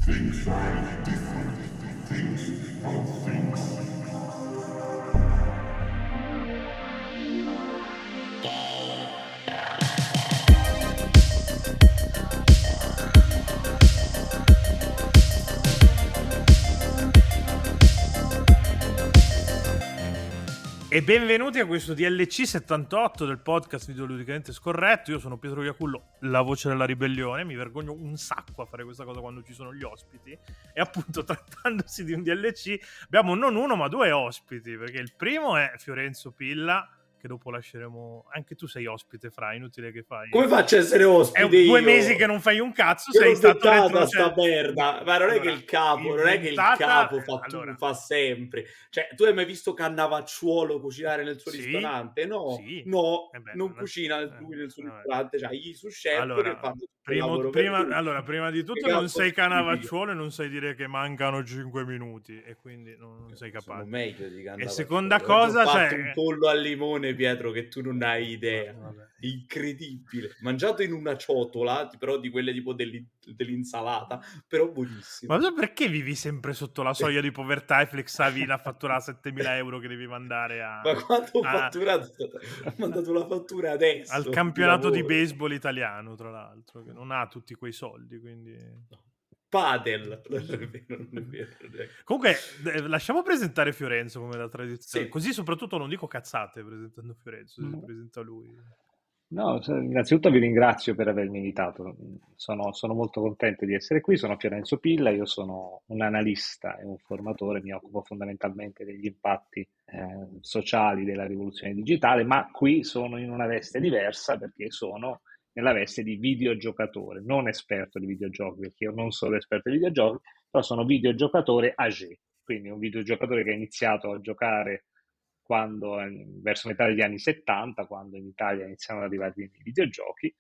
Things are different. Things are things. E benvenuti a questo DLC 78 del podcast videoludicamente scorretto. Io sono Pietro Iacullo, la voce della ribellione. Mi vergogno un sacco a fare questa cosa quando ci sono gli ospiti. E appunto, trattandosi di un DLC, abbiamo non uno ma due ospiti, perché il primo è Fiorenzo Pilla, che dopo lasceremo. Anche tu sei ospite, Fra, inutile che fai. Come faccio a essere ospite È 2 io? mesi che non fai un cazzo, Io sei l'ho stato dettata sta merda. Ma non è che Allora, il capo, non è che il inventata. capo fa, Allora, fa sempre. Cioè, tu hai mai visto Cannavacciuolo cucinare nel suo sì, ristorante? No, sì. no, Beh, non cucina lui nel suo vabbè. ristorante. Cioè, gli sous chef che Allora, fanno tutto il lavoro per lui. prima di Che tutto non cazzo sei significa? Cannavacciuolo e non sai dire che mancano 5 minuti e quindi non sei Sono capace. meglio di E seconda Cannavacciuolo. Oggi ho cosa, fatto un cioè. pollo al limone, Pietro, che tu non hai idea. Vabbè. Incredibile. Mangiato in una ciotola, però di quelle tipo dell'insalata, però buonissimo. Ma so perché vivi sempre sotto la soglia di povertà e flexavi la fattura a 7.000 euro che devi mandare Ma quanto ho a- fatturato? Ho mandato la fattura adesso al di campionato di lavoro. baseball italiano, tra l'altro, che non ha tutti quei soldi, quindi. No. Padel. Non è vero, non è vero. Non è... Comunque, lasciamo presentare Fiorenzo come da tradizione, Sì. così soprattutto non dico cazzate presentando Fiorenzo, si presenta lui. No, innanzitutto vi ringrazio per avermi invitato. Sono molto contento di essere qui. Sono Fiorenzo Pilla, io sono un analista e un formatore, mi occupo fondamentalmente degli impatti sociali della rivoluzione digitale, ma qui sono in una veste diversa perché sono nella veste di videogiocatore, non esperto di videogiochi, perché io non sono esperto di videogiochi, però sono videogiocatore âgé, quindi un videogiocatore che ha iniziato a giocare verso metà degli anni 70, quando in Italia iniziano ad arrivare i videogiochi,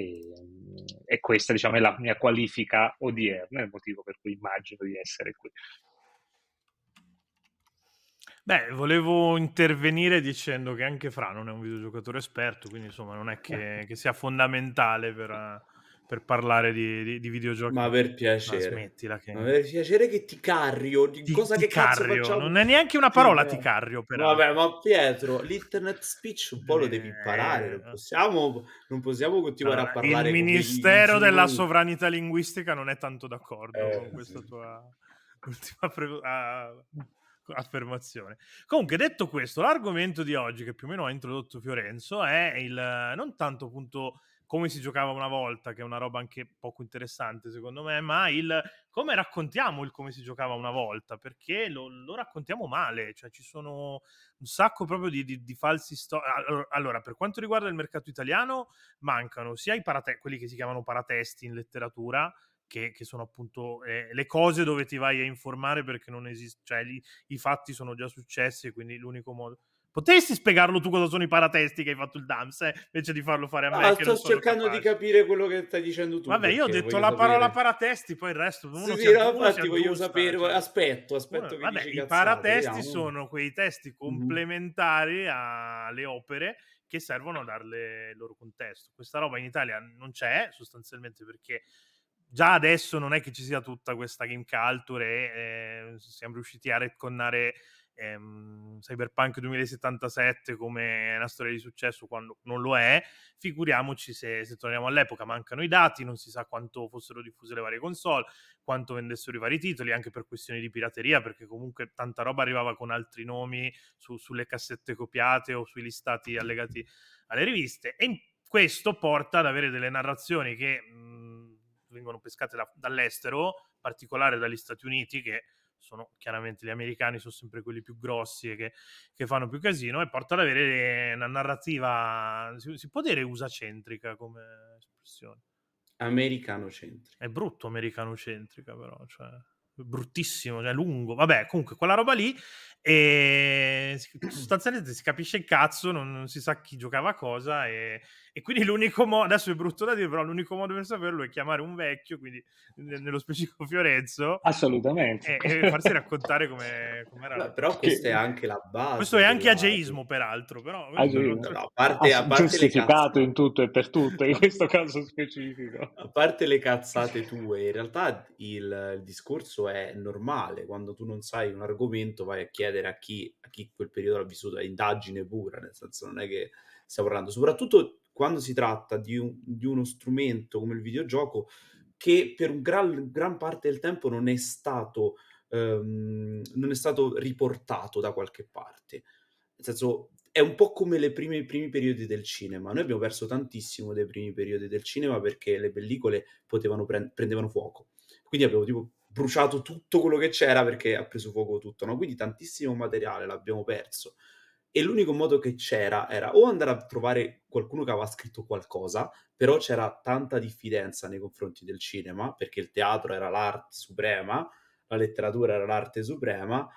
e questa, diciamo, è la mia qualifica odierna, è il motivo per cui immagino di essere qui. Beh, volevo intervenire dicendo che anche Fra non è un videogiocatore esperto, quindi insomma non è che sia fondamentale per parlare di videogiochi. Ma per Ma piacere. smettila che. Ma per piacere che ti carrio. Di cosa Ti che cazzo carrio, facciamo? non è neanche una Ti parola ti car- carrio, Vabbè, peraltro. ma Pietro, l'internet speech un po' lo devi imparare. Non possiamo continuare a Allora, il parlare come i Ministero della giovani. sovranità linguistica non è tanto d'accordo con questa Sì. tua ultima affermazione. Comunque, detto questo, l'argomento di oggi, che più o meno ha introdotto Fiorenzo, è non tanto appunto come si giocava una volta, che è una roba anche poco interessante secondo me, ma il come raccontiamo il come si giocava una volta, perché lo raccontiamo male, cioè ci sono un sacco proprio di falsi allora, per quanto riguarda il mercato italiano, mancano sia quelli che si chiamano paratesti in letteratura, che sono appunto le cose dove ti vai a informare perché non esiste, cioè i fatti sono già successi e quindi l'unico modo. Potresti spiegarlo tu cosa sono i paratesti che hai fatto il DAMS, invece di farlo fare a me che non Sto sono cercando di capace. capire quello che stai dicendo tu. Vabbè, io ho Perché detto voglio la parola sapere. paratesti, poi il resto Sì, uno sì, no, si infatti voglio aggiusta. sapere. Cioè, Aspetto che vabbè, dici i cazzate. paratesti Vediamo. sono quei testi Mhm. complementari alle opere che servono a darle il loro contesto. Questa roba in Italia non c'è, sostanzialmente perché già adesso non è che ci sia tutta questa game culture e siamo riusciti a retconnare Cyberpunk 2077 come una storia di successo quando non lo è. Figuriamoci se torniamo all'epoca. Mancano i dati, non si sa quanto fossero diffuse le varie console, quanto vendessero i vari titoli, anche per questioni di pirateria, perché comunque tanta roba arrivava con altri nomi sulle cassette copiate o sui listati allegati alle riviste, e questo porta ad avere delle narrazioni che vengono pescate dall'estero, in particolare dagli Stati Uniti, che sono chiaramente gli americani, sono sempre quelli più grossi e che fanno più casino, e porta ad avere una narrativa, si può dire usacentrica come espressione. Americanocentrico. È brutto americanocentrica, però, cioè, bruttissimo, cioè lungo. Vabbè, comunque, quella roba lì, e sostanzialmente si capisce il cazzo, non si sa chi giocava a cosa, e E quindi l'unico modo, adesso è brutto da dire, però l'unico modo per saperlo è chiamare un vecchio, quindi nello specifico Fiorenzo, Assolutamente. e farsi raccontare com'era la Però cosa. questa è Che- anche la Questo base è anche della... ageismo, peraltro, però Ah, questo sì, non... No, no, ah, a parte le giustificato in cazzate, tutto e per tutto, in questo caso specifico. a parte le cazzate tue, in realtà il discorso è normale. Quando tu non sai un argomento, vai a chiedere a chi quel periodo l'ha vissuto, è indagine pura, nel senso non è che stiamo parlando, soprattutto quando si tratta di uno strumento come il videogioco, che per gran parte del tempo non è stato riportato da qualche parte. Nel senso, è un po' come i primi periodi del cinema. Noi abbiamo perso tantissimo dei primi periodi del cinema perché le pellicole prendevano fuoco. Quindi abbiamo tipo bruciato tutto quello che c'era perché ha preso fuoco tutto, no? Quindi tantissimo materiale l'abbiamo perso. E l'unico modo che c'era era o andare a trovare qualcuno che aveva scritto qualcosa, però c'era tanta diffidenza nei confronti del cinema, perché il teatro era l'arte suprema, la letteratura era l'arte suprema,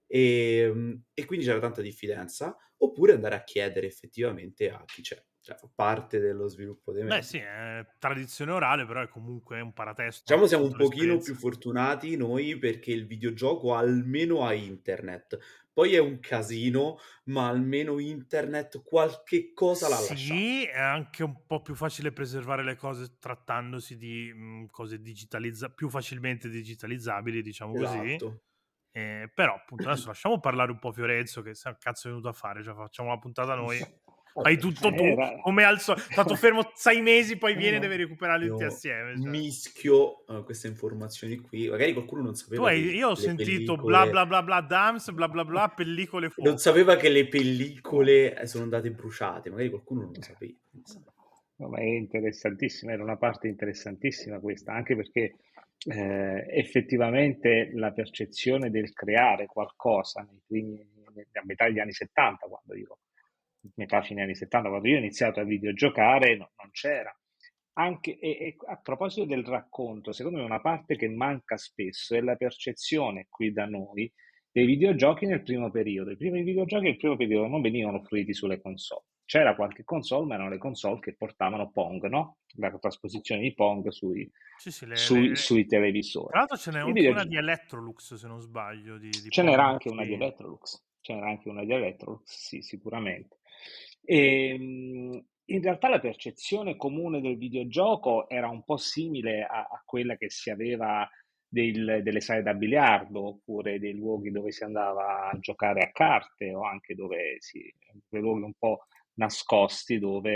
e quindi c'era tanta diffidenza, oppure andare a chiedere effettivamente a chi c'è, cioè fa parte dello sviluppo dei Beh media. sì, è tradizione orale, però è comunque un paratesto Diciamo anche siamo un appunto pochino più l'esperienza. fortunati noi perché il videogioco almeno ha internet. Poi è un casino, ma almeno internet qualche cosa l'ha lasciata. Sì, è anche un po' più facile preservare le cose trattandosi di cose più facilmente digitalizzabili, diciamo così. Esatto. Però appunto adesso lasciamo parlare un po' Fiorenzo, che cazzo è venuto a fare, cioè facciamo la puntata noi. Fai tutto tu, Era... come al solito. Stato fermo 6 mesi, poi No, viene e no. deve recuperarli tutti Io assieme. Cioè. mischio queste informazioni qui. Magari qualcuno non sapeva che Io ho le sentito bla pellicole... bla bla bla dams, bla bla bla, pellicole Non fuoco. sapeva che le pellicole sono andate bruciate. Magari qualcuno non lo sapeva. Pensa. No, ma è interessantissima, era una parte interessantissima questa, anche perché effettivamente la percezione del creare qualcosa a metà degli anni 70, metà fine anni 70, quando io ho iniziato a videogiocare, non c'era. Anche, e a proposito del racconto, secondo me una parte che manca spesso è la percezione qui da noi dei videogiochi nel primo periodo. I primi videogiochi nel primo periodo non venivano fruiti sulle console. C'era qualche console, ma erano le console che portavano Pong, no? La trasposizione di Pong Sì, sì, sui televisori. tra l'altro ce n'è I anche una videogiochi di Electrolux, se non sbaglio, di Ce n'era Pong. anche una di Sì. Electrolux, ce n'era anche una di Electrolux, sì, sicuramente. E, in realtà la percezione comune del videogioco era un po' simile a quella che si aveva delle sale da biliardo oppure dei luoghi dove si andava a giocare a carte o anche quei luoghi un po' nascosti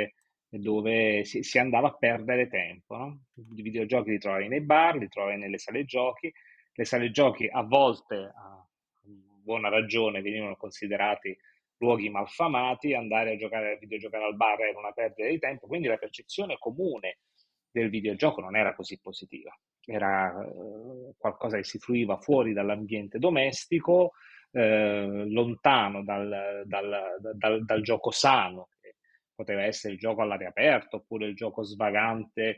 dove si andava a perdere tempo, no? I videogiochi li trovavi nei bar, li trovavi nelle sale giochi. Le sale giochi a volte, a buona ragione, venivano considerati luoghi malfamati, andare a videogiocare al bar era una perdita di tempo, quindi la percezione comune del videogioco non era così positiva, era qualcosa che si fruiva fuori dall'ambiente domestico, lontano dal gioco sano, che poteva essere il gioco all'aria aperta oppure il gioco svagante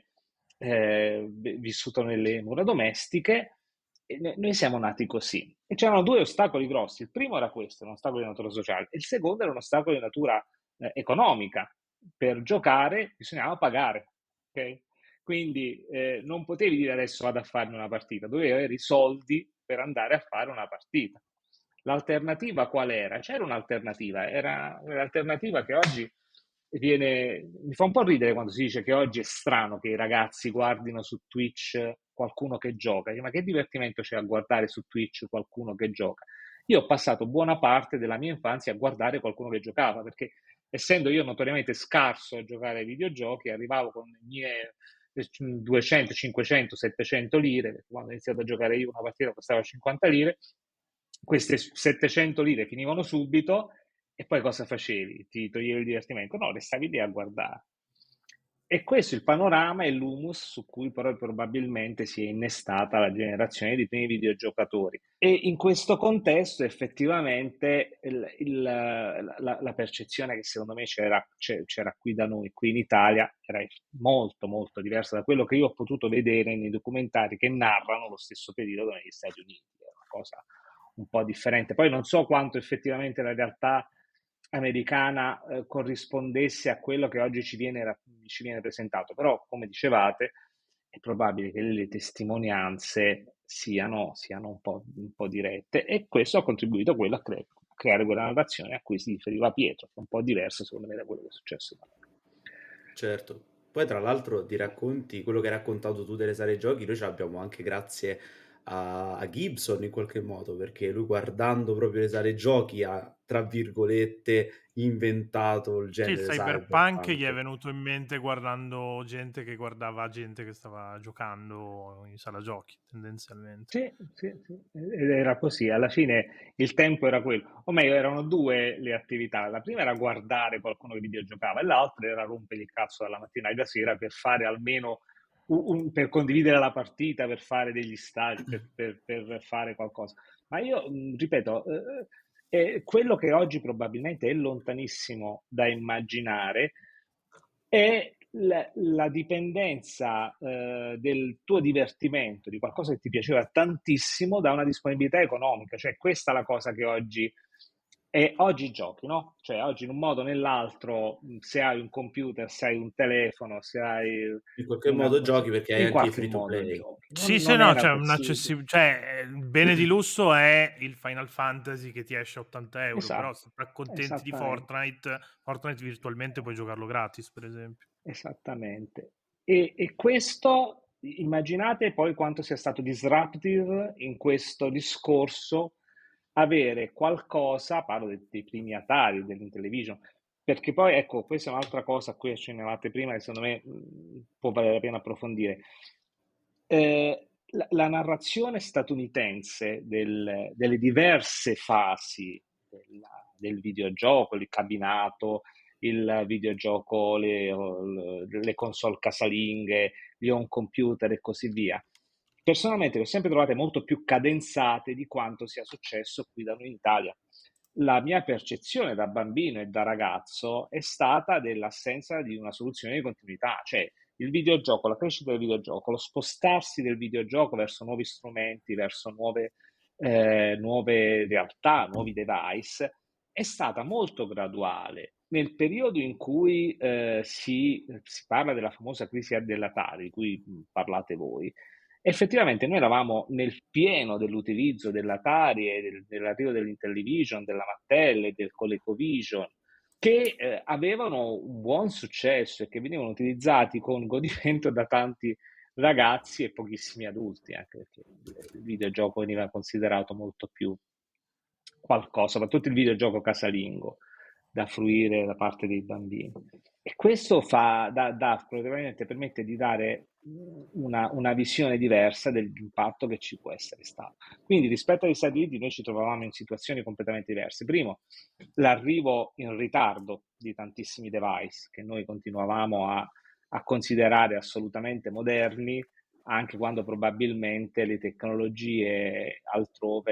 vissuto nelle mura domestiche. E noi siamo nati così. E c'erano due ostacoli grossi. Il primo era questo, un ostacolo di natura sociale, e il secondo era un ostacolo di natura economica. Per giocare bisognava pagare. Okay? Quindi non potevi dire adesso vado a farmi una partita, dovevi avere i soldi per andare a fare una partita. L'alternativa qual era? C'era un'alternativa, era l'alternativa che oggi mi fa un po' ridere quando si dice che oggi è strano che i ragazzi guardino su Twitch qualcuno che gioca. Ma che divertimento c'è a guardare su Twitch qualcuno che gioca? Io ho passato buona parte della mia infanzia a guardare qualcuno che giocava, perché essendo io notoriamente scarso a giocare ai videogiochi, arrivavo con le mie 200, 500, 700 lire, perché quando ho iniziato a giocare io una partita costava 50 lire, queste 700 lire finivano subito e poi cosa facevi? Ti toglievi il divertimento? No, restavi lì a guardare. E questo è il panorama e l'humus su cui però probabilmente si è innestata la generazione di primi videogiocatori. E in questo contesto effettivamente la percezione che secondo me c'era qui da noi, qui in Italia, era molto molto diversa da quello che io ho potuto vedere nei documentari che narrano lo stesso periodo negli Stati Uniti. È una cosa un po' differente. Poi non so quanto effettivamente la realtà americana corrispondesse a quello che oggi ci viene presentato, però come dicevate è probabile che le testimonianze siano un po' dirette, e questo ha contribuito a quello a creare quella narrazione a cui si riferiva Pietro, che è un po' diverso secondo me da quello che è successo da noi. Certo. Poi tra l'altro ti racconti quello che hai raccontato tu delle sale giochi, noi ce l'abbiamo anche grazie a Gibson in qualche modo, perché lui guardando proprio le sale giochi ha, tra virgolette, inventato il Sì, il genere cyberpunk gli è cyberpunk. venuto in mente guardando gente che guardava gente che stava giocando in sala giochi, tendenzialmente. Sì, sì, sì, ed era così. Alla fine il tempo era quello, o meglio, erano due le attività. La prima era guardare qualcuno che videogiocava, e l'altra era rompere il cazzo dalla mattina alla sera per fare almeno per condividere la partita, per fare degli stagi, per fare qualcosa. Ma io ripeto, quello che oggi probabilmente è lontanissimo da immaginare è la dipendenza del tuo divertimento, di qualcosa che ti piaceva tantissimo, da una disponibilità economica. Cioè, questa è la cosa che oggi oggi giochi, no? Cioè, oggi in un modo o nell'altro, se hai un computer, se hai un telefono, se hai In qualche una modo cosa, giochi perché hai in anche i qualche free to modo play. giochi. Sì, sì, Non no, era cioè, possibile. cioè, il bene di lusso è il Final Fantasy che ti esce a 80 euro, però Esatto, se ti accontenti di esattamente. Fortnite virtualmente puoi giocarlo gratis, per esempio. Esattamente. E questo, immaginate poi quanto sia stato disruptive in questo discorso avere qualcosa, parlo dei primi Atari, dell'Intellivision, perché poi, ecco, questa è un'altra cosa a cui accennavate prima che secondo me può valere la pena approfondire. La narrazione statunitense delle diverse fasi del videogioco, il cabinato, il videogioco, le console casalinghe, gli home computer e così via. Personalmente le ho sempre trovate molto più cadenzate di quanto sia successo qui da noi in Italia. La mia percezione da bambino e da ragazzo è stata dell'assenza di una soluzione di continuità, cioè il videogioco, la crescita del videogioco, lo spostarsi del videogioco verso nuovi strumenti, verso nuove realtà, nuovi device, è stata molto graduale. Nel periodo in cui si parla della famosa crisi dell'Atari, di cui parlate voi, effettivamente noi eravamo nel pieno dell'utilizzo dell'Atari e dell'arrivo dell'Intellivision, della Mattel e del ColecoVision, che avevano un buon successo e che venivano utilizzati con godimento da tanti ragazzi e pochissimi adulti, anche perché il videogioco veniva considerato molto più qualcosa, soprattutto il videogioco casalingo, da fruire da parte dei bambini. E questo probabilmente permette di dare una visione diversa dell'impatto che ci può essere stato. Quindi rispetto agli Stati Uniti noi ci trovavamo in situazioni completamente diverse. Primo, l'arrivo in ritardo di tantissimi device che noi continuavamo a considerare assolutamente moderni, anche quando probabilmente le tecnologie altrove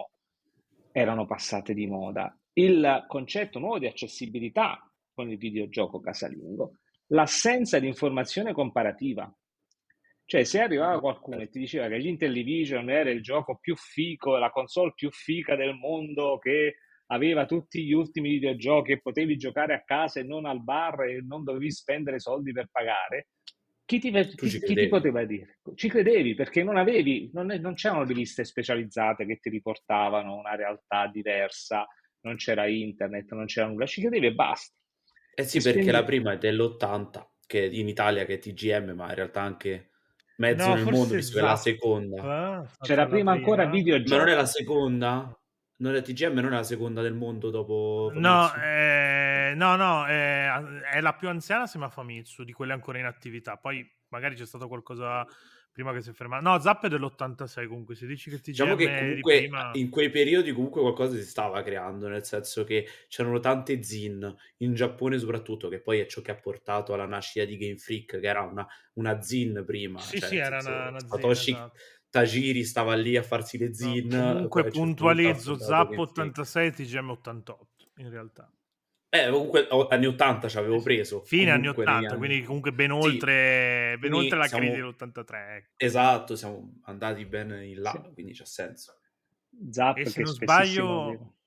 erano passate di moda. Il concetto nuovo di accessibilità con il videogioco casalingo, l'assenza di informazione comparativa. Cioè, se arrivava qualcuno e ti diceva che l'Intellivision era il gioco più fico, la console più fica del mondo, che aveva tutti gli ultimi videogiochi e potevi giocare a casa e non al bar e non dovevi spendere soldi per pagare, Tu ci chi ti credevi. poteva dire? Ci credevi perché non c'erano riviste specializzate che ti riportavano una realtà diversa, non c'era internet, non c'era nulla, ci credevi e basta. Eh E sì, perché la spendevi. prima è dell'80, che in Italia che è TGM, ma in realtà anche mezzo No, nel mondo, forse visto che è la Zap seconda. è stata C'era la prima ancora prima. Ma non è la videogioco. seconda? Non è TGM, non è la seconda del mondo dopo No, Famitsu? no, è la più anziana, sembra Famitsu, di quelle ancora in attività. Poi magari c'è stato qualcosa prima che si è fermato. No, Zap è dell'86 comunque, se dici che Diciamo TGM che è di comunque prima. in quei periodi comunque qualcosa si stava creando, nel senso che c'erano tante zine, in Giappone soprattutto, che poi è ciò che ha portato alla nascita di Game Freak, che era una zine prima, Sì, cioè sì, nel era senso una zina, Satoshi esatto. Tajiri stava lì a farsi le No, zine, poi comunque a un certo punto ha puntualizzo, fondato Zap Game Freak. 86, TGM 88, in realtà. Comunque anni 80 ci Sì, avevo sì. preso, Fine anni comunque negli 80, anni. quindi comunque Sì, ben oltre quindi la crisi siamo, dell'83, ecco. esatto, siamo andati ben in Sì. là, quindi c'ha senso. Zap E se che non spessissimo sbaglio, aveva.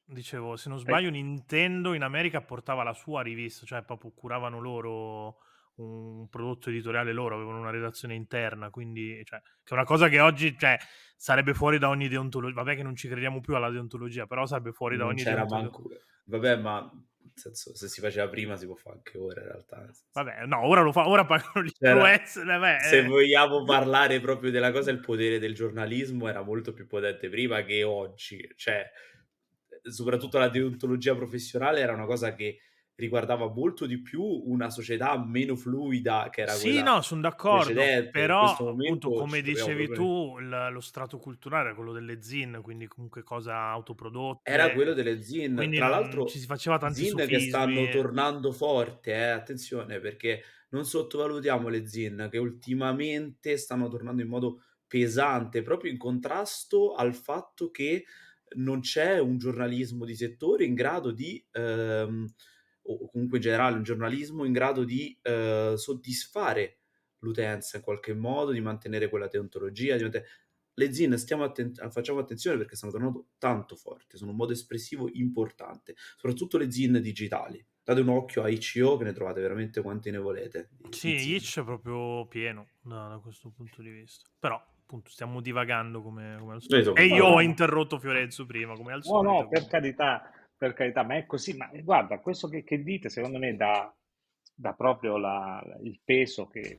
Dicevo, se non Eh, sbaglio, Nintendo in America portava la sua rivista, cioè proprio curavano loro un prodotto editoriale loro, avevano una redazione interna, quindi cioè, che è una cosa che oggi cioè, sarebbe fuori da ogni deontologia. Vabbè che non ci crediamo più alla deontologia, però sarebbe fuori da Non ogni c'era deontologia. manco... Vabbè, ma nel senso, se si faceva prima si può fare anche ora in realtà. Nel senso. Vabbè, no, ora lo fa, ora pagano gli C'era- influencer, vabbè, se vogliamo parlare proprio della cosa, il potere del giornalismo era molto più potente prima che oggi. Cioè, soprattutto la deontologia professionale era una cosa che riguardava molto di più una società meno fluida che era Sì, quella no, sono d'accordo, precedente. In però questo appunto, momento come ci troviamo dicevi proprio... tu, lo strato culturale è quello delle zin, quindi comunque cose Era quello autoprodotte, delle zin. quindi Tra non ci l'altro, si faceva tanti zin che stanno sofismi. tornando forte, attenzione, perché non sottovalutiamo le zin, che ultimamente stanno tornando in modo pesante, proprio in contrasto al fatto che non c'è un giornalismo di settore in grado di, o comunque in generale un giornalismo in grado di soddisfare l'utenza in qualche modo, di mantenere quella deontologia, le zine facciamo attenzione perché stanno tornando tanto forti, sono un modo espressivo importante, soprattutto le zine digitali. Date un occhio a ICO che ne trovate veramente quanti ne volete Sì, di zine. Itch è proprio pieno da questo punto di vista. Però, appunto, stiamo divagando come al Noi solito. siamo E io ho no, divagati. interrotto Fiorenzo prima, come al no, solito. Quindi. per carità, ma è così. Ma guarda, questo che dite, secondo me, dà proprio il peso che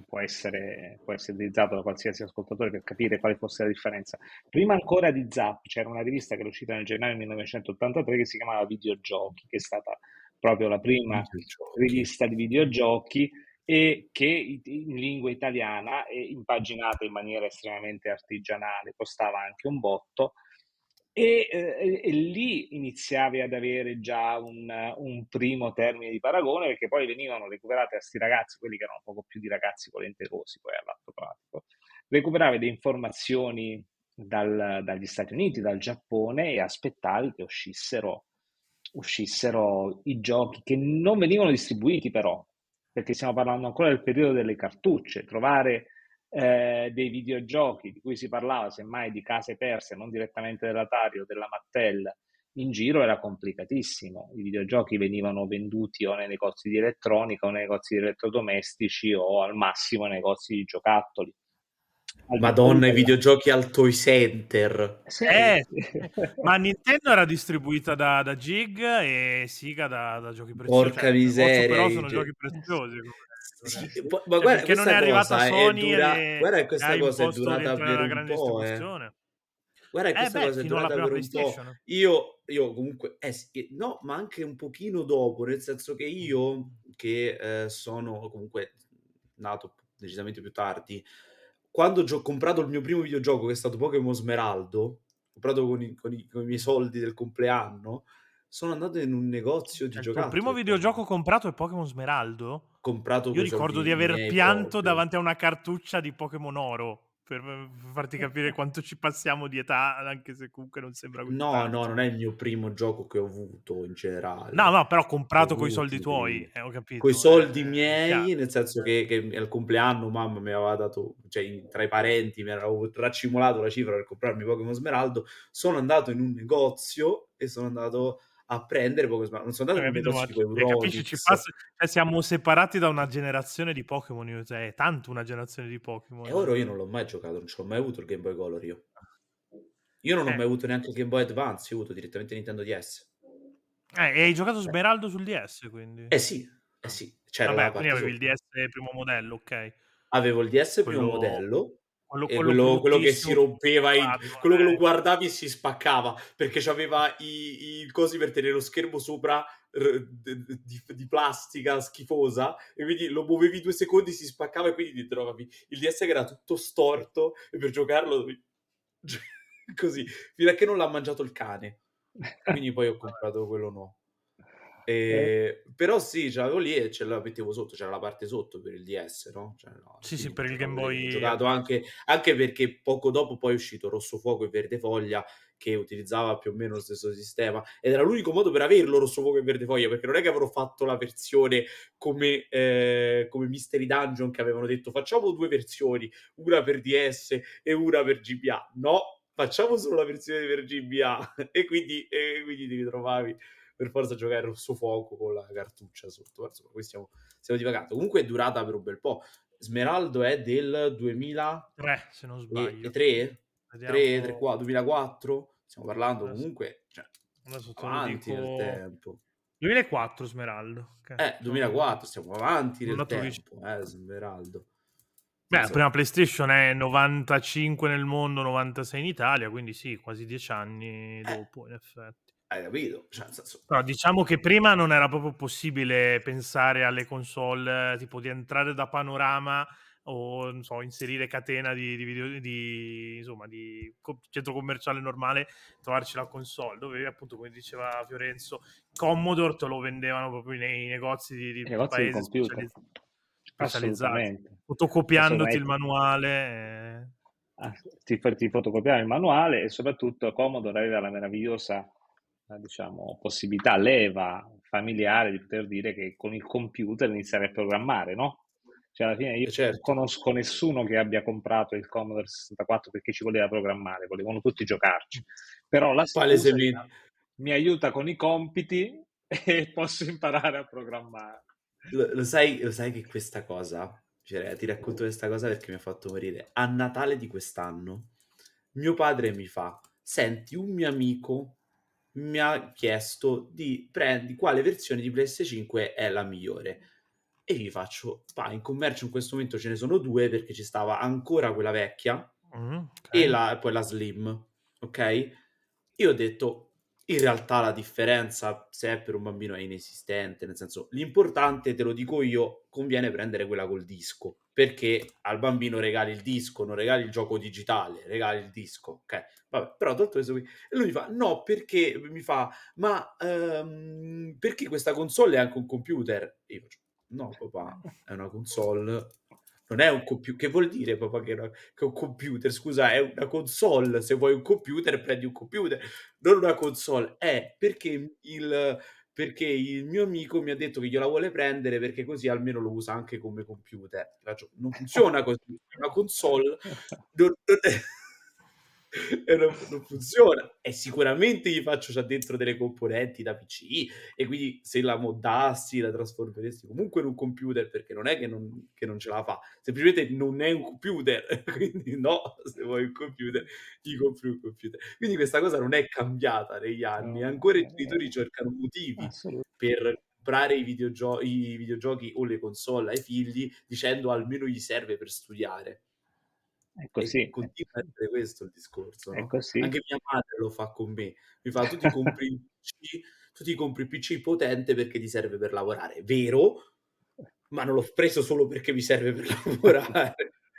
può essere utilizzato da qualsiasi ascoltatore per capire quale fosse la differenza. Prima ancora di Zap c'era una rivista che era uscita nel gennaio 1983 che si chiamava Videogiochi, che è stata proprio la prima Videogiochi. rivista di videogiochi e che in lingua italiana e impaginata in maniera estremamente artigianale, costava anche un botto e lì iniziavi ad avere già un primo termine di paragone perché poi venivano recuperate a sti ragazzi, quelli che erano un poco più di ragazzi volenterosi poi all'atto pratico, recuperavi le informazioni dagli Stati Uniti, dal Giappone e aspettavi che uscissero i giochi che non venivano distribuiti però, perché stiamo parlando ancora del periodo delle cartucce, trovare dei videogiochi di cui si parlava semmai di case perse, non direttamente dell'Atari o della Mattel, in giro era complicatissimo. I videogiochi venivano venduti o nei negozi di elettronica o nei negozi di elettrodomestici o al massimo nei negozi di giocattoli. Al di fuori Madonna, i della... videogiochi al Toy Center. Sì. Sì. Ma Nintendo era distribuita da Gig e Sega da Giochi Preziosi. Porca Cioè, Occhio miseria. però sono giochi preziosi. Sì, Cioè, ma guarda, finché non è questa arrivata cosa è Sony dura... e guarda che ha questa cosa è imposto di durata entrare per nella un grande po', distribuzione. Guarda che questa Beh, cosa è fino alla durata prima per un po'. PlayStation. Io comunque, sì, no, ma anche un pochino dopo, nel senso che io, che sono comunque nato decisamente più tardi, quando ho comprato il mio primo videogioco, che è stato Pokémon Smeraldo, comprato con i miei soldi del compleanno, sono andato in un negozio di Cioè, il tuo primo giocattoli, videogioco comprato è Pokémon Smeraldo? comprato Io con i ricordo di soldi aver miei pianto proprio. davanti a una cartuccia di Pokémon Oro per farti capire quanto ci passiamo di età, anche se comunque non sembra così No, no, tanto. non è il mio primo gioco che ho avuto in No, generale. no, però Ho comprato coi avuto soldi i tuoi, primi. ho Coi capito, soldi è chiaro. miei, nel senso che al compleanno mamma mi aveva dato, cioè tra i parenti mi avevo racimolato la cifra per comprarmi Pokémon Smeraldo, sono andato in un negozio e sono andato a prendere Pokémon Smeraldo. Non sono Ho andato in un capito, ma negozio tipo cioè, capisci, Euronix. cioè, siamo separati da una generazione di Pokémon, cioè, è tanto una generazione di E ora io Pokémon. non l'ho mai giocato, non ce l'ho mai avuto il Game Boy Color io. Io non ho mai Eh, avuto neanche il Game Boy Advance, io ho avuto direttamente Nintendo DS. e hai giocato Smeraldo sul DS, quindi? Eh Ah. sì, c'era la Vabbè, quindi parte avevi il sotto. DS primo modello, ok. Avevo il DS primo Quello, modello quello, e quello quello che si bruttissimo, rompeva, quadrato, quello che lo guardavi e si spaccava perché c'aveva i cosi per tenere lo schermo sopra di plastica schifosa e quindi lo muovevi 2 secondi, si spaccava e quindi ti trovavi il DS che era tutto storto e per giocarlo così, fino a che non l'ha mangiato il cane. Quindi poi ho Vabbè. comprato quello nuovo. Eh, Però sì, ce l'avevo lì e ce la mettevo sotto, c'era la parte sotto per il DS, no? Cioè, no, Sì, sì, quindi per il giocavo Game lì. Ho Boy giocato Advance. anche perché poco dopo poi è uscito Rosso Fuoco e Verde Foglia, che utilizzava più o meno lo stesso sistema, ed era l'unico modo per averlo Rosso Fuoco e Verde Foglia, perché non è che avrò fatto la versione come Mystery Dungeon, che avevano detto facciamo 2 versioni, una per DS e una per GBA. No, facciamo solo la versione per GBA e quindi ti ritrovavi per forza a giocare a Rosso Fuoco con la cartuccia sotto. Insomma, qui stiamo divagando. Comunque è durata per un bel po'. Smeraldo è del 3, se non sbaglio. 2003? 3, 3, Vediamo. 4, 2004? Stiamo parlando Adesso, comunque, cioè, adesso te lo avanti nel dico. tempo. 2004 Smeraldo. Ok, 2004, stiamo avanti nel andato tempo, Smeraldo. Beh, la Senso, prima PlayStation è 95 nel mondo, 96 in Italia, quindi sì, quasi 10 anni dopo, in effetti. hai capito? Cioè, nel senso, Però diciamo che prima non era proprio possibile pensare alle console, tipo di entrare da panorama o non so, inserire catena di video, insomma, di centro commerciale normale, trovarci la console, dove appunto, come diceva Fiorenzo, Commodore te lo vendevano proprio nei negozi I di negozi di paesi computer. specializzati, Assolutamente. fotocopiandoti il Assolutamente. manuale. Ti fotocopiare il manuale e soprattutto Commodore aveva la meravigliosa, diciamo, possibilità, leva familiare di poter dire che con il computer iniziare a programmare, no? Cioè alla fine io non certo, conosco nessuno che abbia comprato il Commodore 64 perché ci voleva programmare, volevano tutti giocarci. Però la scusa era, palesemente. mi aiuta con i compiti e posso imparare a programmare. Lo sai che questa cosa, cioè, ti racconto questa cosa perché mi ha fatto morire. A Natale di quest'anno, mio padre mi fa, senti, un mio amico mi ha chiesto di prendi quale versione di PlayStation 5 è la migliore. E gli faccio, in commercio in questo momento ce ne sono due perché ci stava ancora quella vecchia e Ok. poi la Slim, ok? Io ho detto, in realtà la differenza, se è per un bambino, è inesistente, nel senso, l'importante, te lo dico io, conviene prendere quella col disco, perché al bambino regali il disco, non regali il gioco digitale, regali il disco, ok? Vabbè, però tutto questo qui. E lui mi fa, no, perché mi fa, ma perché questa console è anche un computer? E io faccio, no, papà, è una console. Non è un computer. Che vuol dire, papà, che è un computer? Scusa, è una console. Se vuoi un computer, prendi un computer, non una console. È perché il mio amico mi ha detto che gliela vuole prendere perché così almeno lo usa anche come computer. Faccio, non funziona così. Una console non è... e non funziona. E sicuramente gli faccio già dentro delle componenti da PC e quindi se la moddassi, la trasformeresti comunque in un computer perché non è che non ce la fa, semplicemente non è un computer. Quindi no, se vuoi un computer, gli compri un computer. Quindi questa cosa non è cambiata negli anni, No, ancora i genitori cercano motivi assolutamente. per comprare i videogiochi o le console ai figli dicendo almeno gli serve per studiare. È E così, continua a essere questo il discorso, è no? così. Anche mia madre lo fa con me. Mi fa: tu ti compri il PC potente perché ti serve per lavorare." Vero, ma non l'ho preso solo perché mi serve per lavorare.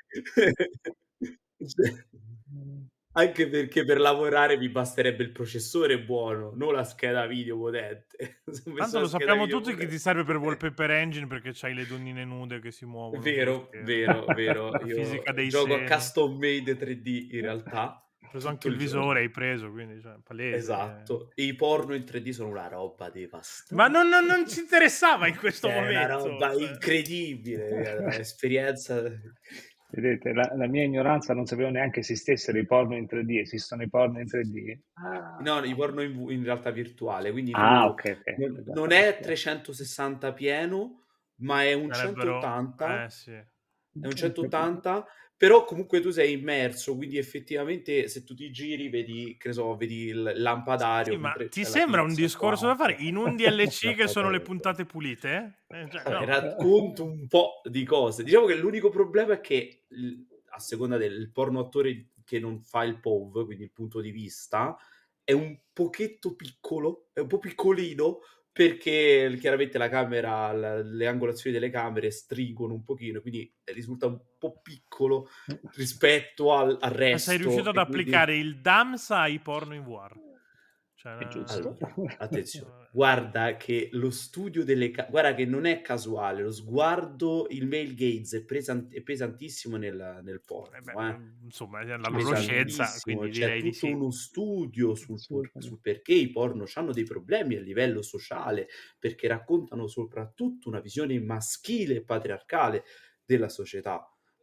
Cioè, anche perché per lavorare mi basterebbe il processore buono, non la scheda video potente. Se ho messo Tanto la lo scheda sappiamo video tutti che ti potente serve per Wallpaper Engine perché c'hai le donnine nude che si muovono sullo vero, schermo. vero, vero. La Io fisica dei gioco a seni. custom made 3D in realtà Hai preso anche tutto il il giorno. visore, hai preso, quindi cioè, palese che... Esatto. E i porno in 3D sono una roba Ma devastante. non ci interessava in questo È una momento. roba Cioè. incredibile, è un'esperienza. Vedete, la mia ignoranza non sapevo neanche esistessero i porno in 3D. Esistono i porno in 3D? No, i porno in realtà virtuale, quindi tu Ok, ok. non Esatto, è virtuale. 360 pieno, ma è un Sarebbero... 180. sì. È un Ho capito. 180, però comunque tu sei immerso, quindi effettivamente se tu ti giri vedi, che ne so, vedi il Sì, lampadario ma mentre ti c'è la sembra un tizia discorso da fare qua. in un DLC che sono le Lampadario qua. puntate pulite? Cioè, Vabbè, no. racconto un po' di cose. Diciamo che l'unico problema è che a seconda del porno attore che non fa il POV, quindi il punto di vista, è un pochetto piccolo, è un po' piccolino, perché chiaramente la camera, le angolazioni delle camere stringono un pochino, quindi risulta un po' piccolo rispetto al Ma sei riuscito resto. ad E quindi applicare il DAMS ai porno in VR? Cioè, È giusto. allora, attenzione, guarda che lo studio guarda che non è casuale, lo sguardo, il male gaze è pesantissimo nel beh, porno, insomma, è la loro Assolutamente. scienza, pesantissimo, quindi c'è direi di tutto sì. uno studio sul Assolutamente. perché i porno hanno dei problemi a livello sociale, perché raccontano soprattutto una visione maschile e patriarcale della società.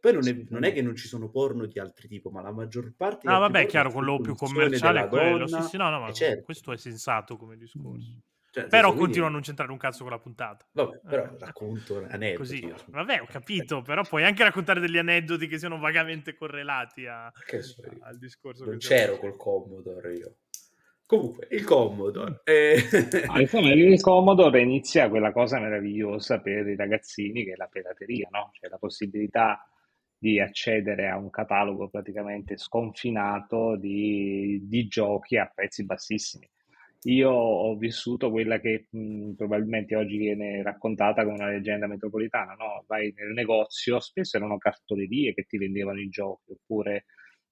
Poi non è che non ci sono porno di altri tipo, ma la maggior parte di No, altri vabbè, è porno è chiaro, quello più sull'evoluzione commerciale della è quello. Sì, donna, sì, no, no, ma certo. questo è sensato come discorso. Cioè, nel Però senso, continua a quindi non c'entrare un cazzo con la puntata. vabbè, però racconto Così. aneddoti. Vabbè, ho capito, però puoi anche raccontare degli aneddoti che siano vagamente correlati Che so io. al discorso Non che stiamo c'ero facendo. col Commodore io. Comunque, il Commodore. Insomma, il Commodore inizia quella cosa meravigliosa per i ragazzini che è la pirateria, no? Cioè la possibilità di accedere a un catalogo praticamente sconfinato di giochi a prezzi bassissimi. Io ho vissuto quella che probabilmente oggi viene raccontata come una leggenda metropolitana, no? Vai nel negozio, spesso erano cartolerie che ti vendevano i giochi, oppure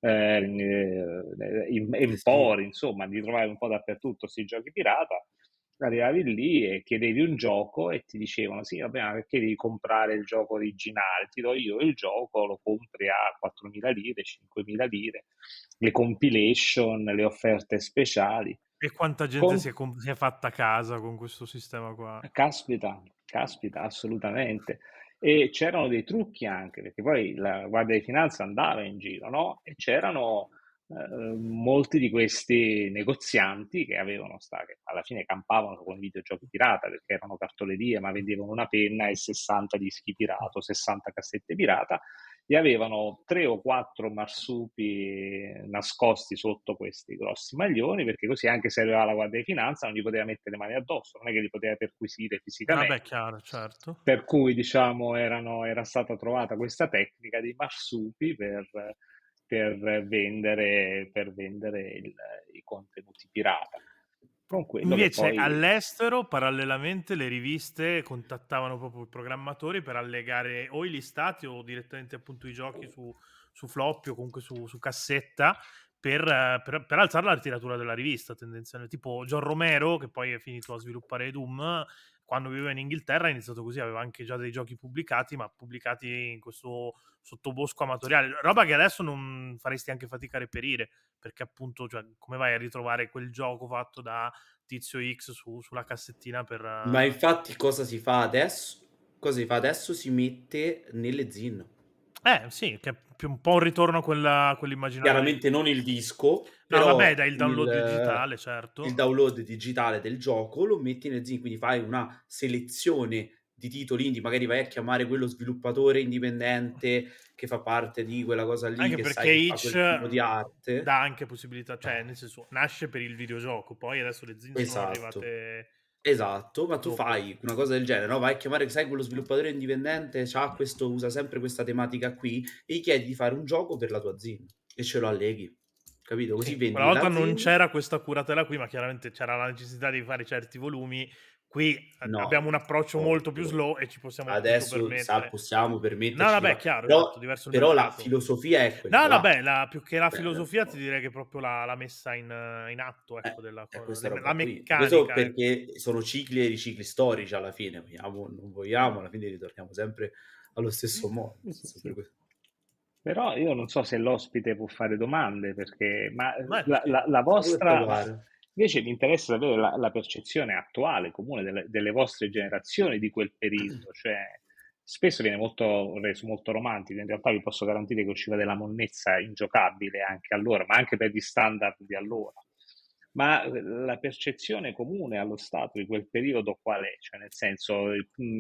Sì. empori, insomma, di trovare un po' dappertutto questi giochi pirata. Arrivavi lì e chiedevi un gioco e ti dicevano: sì, vabbè, ma perché devi comprare il gioco originale? Ti do io il gioco, lo compri a 4.000 lire, 5.000 lire, le compilation, le offerte speciali. E quanta gente si è fatta a casa con questo sistema qua? Caspita, caspita, assolutamente. E c'erano dei trucchi anche, perché poi la Guardia di Finanza andava in giro, no? E c'erano molti di questi negozianti che che alla fine campavano con i videogiochi pirata, perché erano cartolerie, ma vendevano una penna e 60 dischi pirata, o 60 cassette pirata, e avevano 3 o 4 marsupi nascosti sotto questi grossi maglioni, perché così anche se arrivava la Guardia di Finanza non gli poteva mettere le mani addosso, non è che li poteva perquisire Vabbè, fisicamente. chiaro, certo. Per cui, diciamo, era stata trovata questa tecnica dei marsupi per vendere i contenuti pirata. Con quello che Invece poi all'estero, parallelamente, le riviste contattavano proprio i programmatori per allegare o i listati o direttamente appunto i giochi su floppy o comunque su cassetta per alzare la tiratura della rivista, tendenzialmente. Tipo John Romero, che poi è finito a sviluppare Doom, quando viveva in Inghilterra ha iniziato così, aveva anche già dei giochi pubblicati, ma pubblicati in questo sottobosco amatoriale, roba che adesso non faresti anche fatica a reperire, perché appunto, cioè, come vai a ritrovare quel gioco fatto da Tizio X sulla cassettina per... Ma infatti cosa si fa adesso? Cosa si fa adesso? Si mette nelle zin. Sì, che è più un po' un ritorno a quell'immaginario lì. Chiaramente non il disco, No, vabbè, però dai il download digitale, il certo. download digitale del gioco lo metti nel zin, quindi fai una selezione di titoli indie, magari vai a chiamare quello sviluppatore indipendente che fa parte di quella cosa lì, Anche che perché sai che fa Itch quel tipo di arte. dà anche possibilità, cioè nel senso nasce per il videogioco, poi adesso le zin sono Esatto. arrivate Esatto, ma tu dopo. fai una cosa del genere, no, vai a chiamare, sai, quello sviluppatore indipendente, usa sempre questa tematica qui, e gli chiedi di fare un gioco per la tua zin e ce lo alleghi, capito? Così Sì, quella vendi volta la non zin. c'era questa curatela qui, ma chiaramente c'era la necessità di fare certi volumi. Qui No, abbiamo un approccio molto più ovvio. slow e ci possiamo appunto Adesso permettere. possiamo No, permetterci di vabbè, fa chiaro, però esatto, diverso il però la mercato. filosofia è quella No, no, là. beh, più che la Cioè, filosofia ti direi che proprio la messa in atto, ecco, della è cosa, questa la roba qui. Questo meccanica, ecco. perché sono cicli e ricicli storici alla fine, vogliamo o non vogliamo, alla fine ritorniamo sempre allo stesso modo, nel sì, senso sì. per que Però io non so se l'ospite può fare domande, ma Beh, la, sì. la- la quello che vostra... pare. Invece mi interessa sapere la percezione attuale, comune, delle vostre generazioni di quel periodo. Cioè, spesso viene reso molto romantico, in realtà vi posso garantire che usciva della monnezza ingiocabile anche allora, ma anche per gli standard di allora. Ma la percezione comune allo Stato di quel periodo qual è? Cioè, nel senso,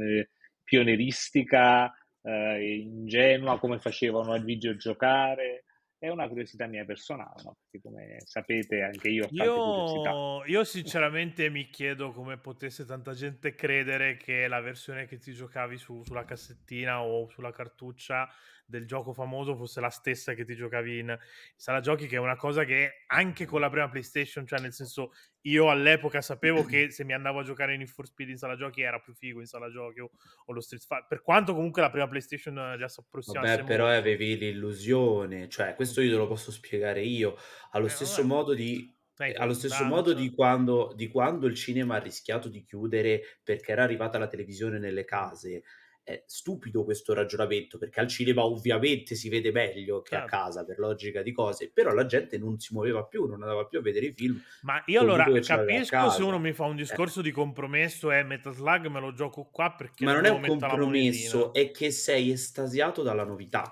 pionieristica, ingenua, come facevano a videogiocare? È una curiosità mia personale, no? Perché come sapete anche io ho tante curiosità. Io sinceramente mi chiedo come potesse tanta gente credere che la versione che ti giocavi sulla cassettina o sulla cartuccia del gioco famoso fosse la stessa che ti giocavi in sala giochi, che è una cosa che anche con la prima PlayStation, cioè nel senso io all'epoca sapevo che se mi andavo a giocare in Need for Speed in sala giochi era più figo in sala giochi o lo Street Fighter, per quanto comunque la prima PlayStation già si approssimasse Vabbè, però molto. avevi l'illusione, cioè questo io te lo posso spiegare io, allo stesso Vabbè, modo di sai, allo con stesso lontano, modo cioè. di quando il cinema ha rischiato di chiudere perché era arrivata la televisione nelle case. È stupido questo ragionamento, perché al cinema ovviamente si vede meglio che a Certo. casa, per logica di cose, però la gente non si muoveva più, non andava più a vedere i film Ma io col allora buco che ce l'aveva a capisco se uno casa. mi fa un Eh. discorso di compromesso e Metal Slug me lo gioco qua perché Ma non non è devo un mettere la monetina. compromesso, è che sei estasiato dalla novità.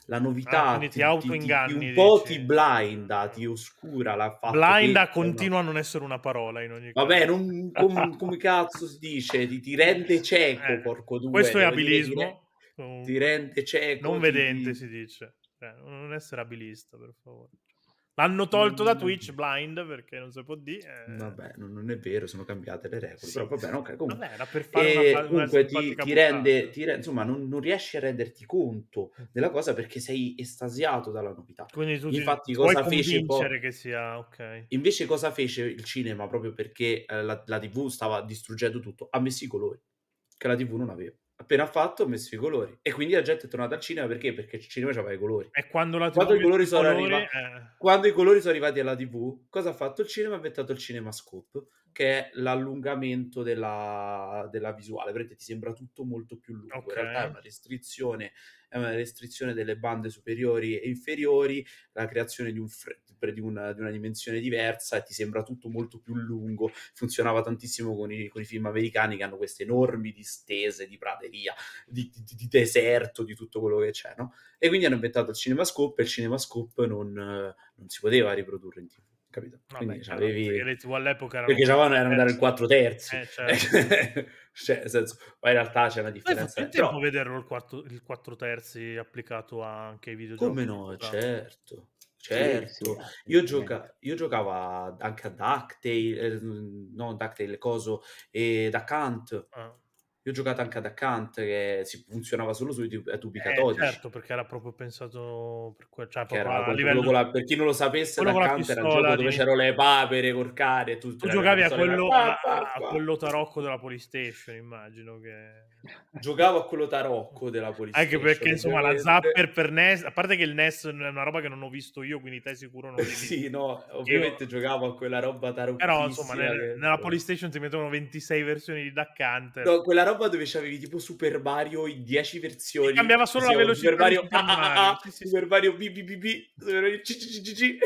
la novità quindi ti autoinganni, un po' ti dici. blinda, ti oscura il fatto Blinda che continua a non essere una parola in ogni vabbè, caso. non come cazzo si dice? Ti rende cieco, porco due, Questo è devo dire abilismo, ti comunque. rende cieco, Non vedente si dice. Non essere abilista, per favore. L'hanno tolto da non è Twitch blind perché non si può dire. vabbè, non è vero, sono cambiate le regole, Sì. però va bene, okay, comunque. Vabbè, era per fare una Comunque simpatica ti puntata. insomma, non riesci a renderti conto della cosa perché sei estasiato dalla novità. Quindi tu Infatti ti vuoi cosa fece convincere che sia ok. invece cosa fece il cinema, proprio perché, la TV stava distruggendo tutto? Ha messo i colori, che la TV non aveva. Appena fatto, ha messo i colori e quindi la gente è tornata al cinema perché? Perché il cinema c'aveva i colori. E quando la TV Quando ha i messo colori i sono colori, quando i colori sono arrivati alla TV, cosa ha fatto il cinema? Ha inventato il CinemaScope, che è l'allungamento della visuale. Vedete, ti sembra tutto molto più lungo. In realtà ok. è una restrizione delle bande superiori e inferiori, la creazione di una dimensione diversa e ti sembra tutto molto più lungo. Funzionava tantissimo con i film americani che hanno queste enormi distese di prateria, di deserto, di tutto quello che c'è, no? E quindi hanno inventato il CinemaScope e il CinemaScope non si poteva riprodurre in TV, capito? Vabbè, Quindi chiaro, perché c'avevi le TV all'epoca erano perché erano da 4/3. certo. Cioè, nel senso, poi in realtà c'è una Hai fatto differenza in tempo però a vederlo il 4/3 applicato anche ai come videogiochi no, all'epoca? certo, Sì, sì, certo. assolutamente. Io giocavo anche a DuckTale, no DuckTale, coso, Duck Hunt. Ah. Io ho giocato anche a Duck Hunt che funzionava solo sui tubi catodici. Certo, perché era proprio pensato per cioè Che proprio era a quello livello con la per chi non lo sapesse, quello con Duck la Hunt era il gioco pistola dove di c'erano le papere col cane e tu tu tiravi la giocavi a pistola e quello fa pa pa a pa. quello tarocco della PlayStation immagino che Giocavo a quello tarocco della anche perché PlayStation insomma la ovviamente. Zapper per NES, a parte che il NES è una roba che non ho visto io, quindi te sicuro non l'hai visto. Sì, no, Io ovviamente giocavo a quella roba però insomma tarocchissima che nella PlayStation ti mettono 26 versioni di Duck Hunter. no, quella roba dove c'avevi tipo Super Mario in 10 Ti versioni, cambiava che solo si la chiamano Super velocità di Mario A Super A A Mario. A, Sì, sì, sì. Super Mario B B B B, Super Mario C C C C C.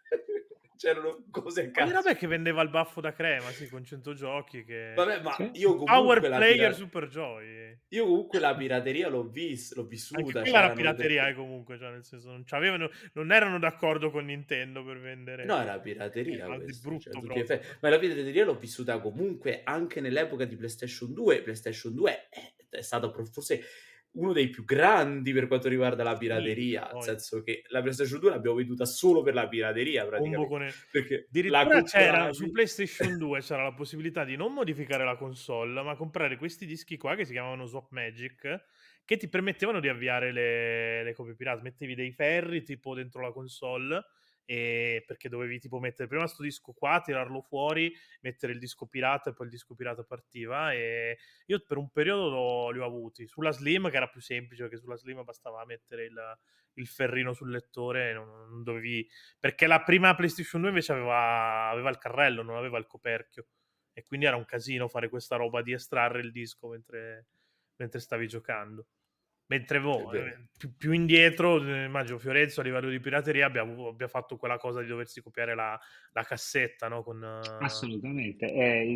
C'erano cose a Quali roba è cazzo. che vendeva il baffo da crema, sì, con 100 giochi che Vabbè, ma Sì. Power Player Super Joy. io comunque la pirateria l'ho Anche vissuta, quella era c'erano pirateria, perché comunque, cioè nel senso non erano d'accordo con Nintendo per vendere no, era pirateria ma di questo, cioè a brutto tutti gli proprio. effetti. Ma la pirateria l'ho vissuta comunque anche nell'epoca di PlayStation 2. PlayStation 2 è stato forse uno dei più grandi per quanto riguarda la Sì, pirateria, nel poi senso che la PlayStation 2 l'abbiamo venduta solo per la pirateria combo praticamente, con e perché la addirittura c'era su compravi PlayStation 2 c'era la possibilità di non modificare la console, ma comprare questi dischi qua che si chiamavano Swap Magic, che ti permettevano di avviare le copie pirata. Mettevi dei ferri tipo dentro la console, perché dovevi tipo mettere prima 'sto disco qua, tirarlo fuori, mettere il disco pirata e poi il disco pirata partiva, e io per un periodo li ho avuti. Sulla Slim che era più semplice, perché sulla Slim bastava mettere il ferrino sul lettore e non dovevi, perché la prima PlayStation 2 invece aveva il carrello, non aveva il coperchio. E quindi era un casino fare questa roba di estrarre il disco mentre stavi giocando. Mentre è vero. più indietro, immagino Fiorenzo a livello di pirateria abbia fatto quella cosa di doversi copiare la cassetta, no? Con, Assolutamente.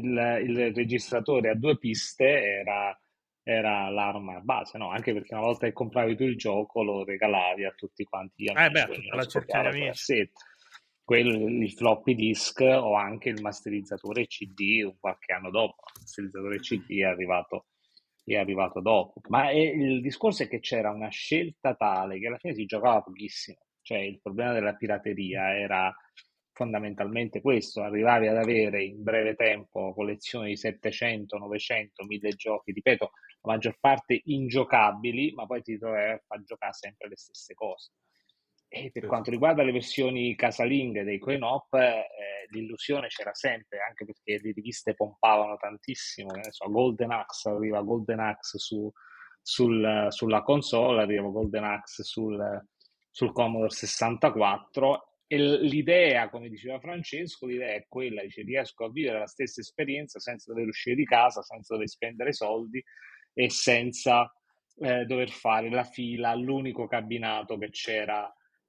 Il registratore a due piste era l'arma base, no? Anche perché una volta che compravi tu il gioco lo regalavi a tutti quanti gli beh, amici, a tutta ognuno la si cerchia di copiava la sua amici. cassetta. Il floppy disk o anche il masterizzatore CD qualche anno dopo. Il masterizzatore CD è arrivato dopo. Ma il discorso è che c'era una scelta tale che alla fine si giocava pochissimo. Cioè il problema della pirateria era fondamentalmente questo: arrivavi ad avere in breve tempo collezioni di 700, 900, 1000 giochi, ripeto, la maggior parte ingiocabili, ma poi ti trovavi a far giocare sempre le stesse cose. E per quanto Esatto. riguarda le versioni casalinghe dei coin-op, l'illusione c'era sempre, anche perché le riviste pompavano tantissimo. Che ne so, Golden Axe, arriva Golden Axe sulla console, arriva Golden Axe sul Commodore 64, e l'idea, come diceva Francesco, l'idea è quella: dice, riesco a vivere la stessa esperienza senza dover uscire di casa, senza dover spendere soldi e senza dover fare la fila all'unico cabinato che c'era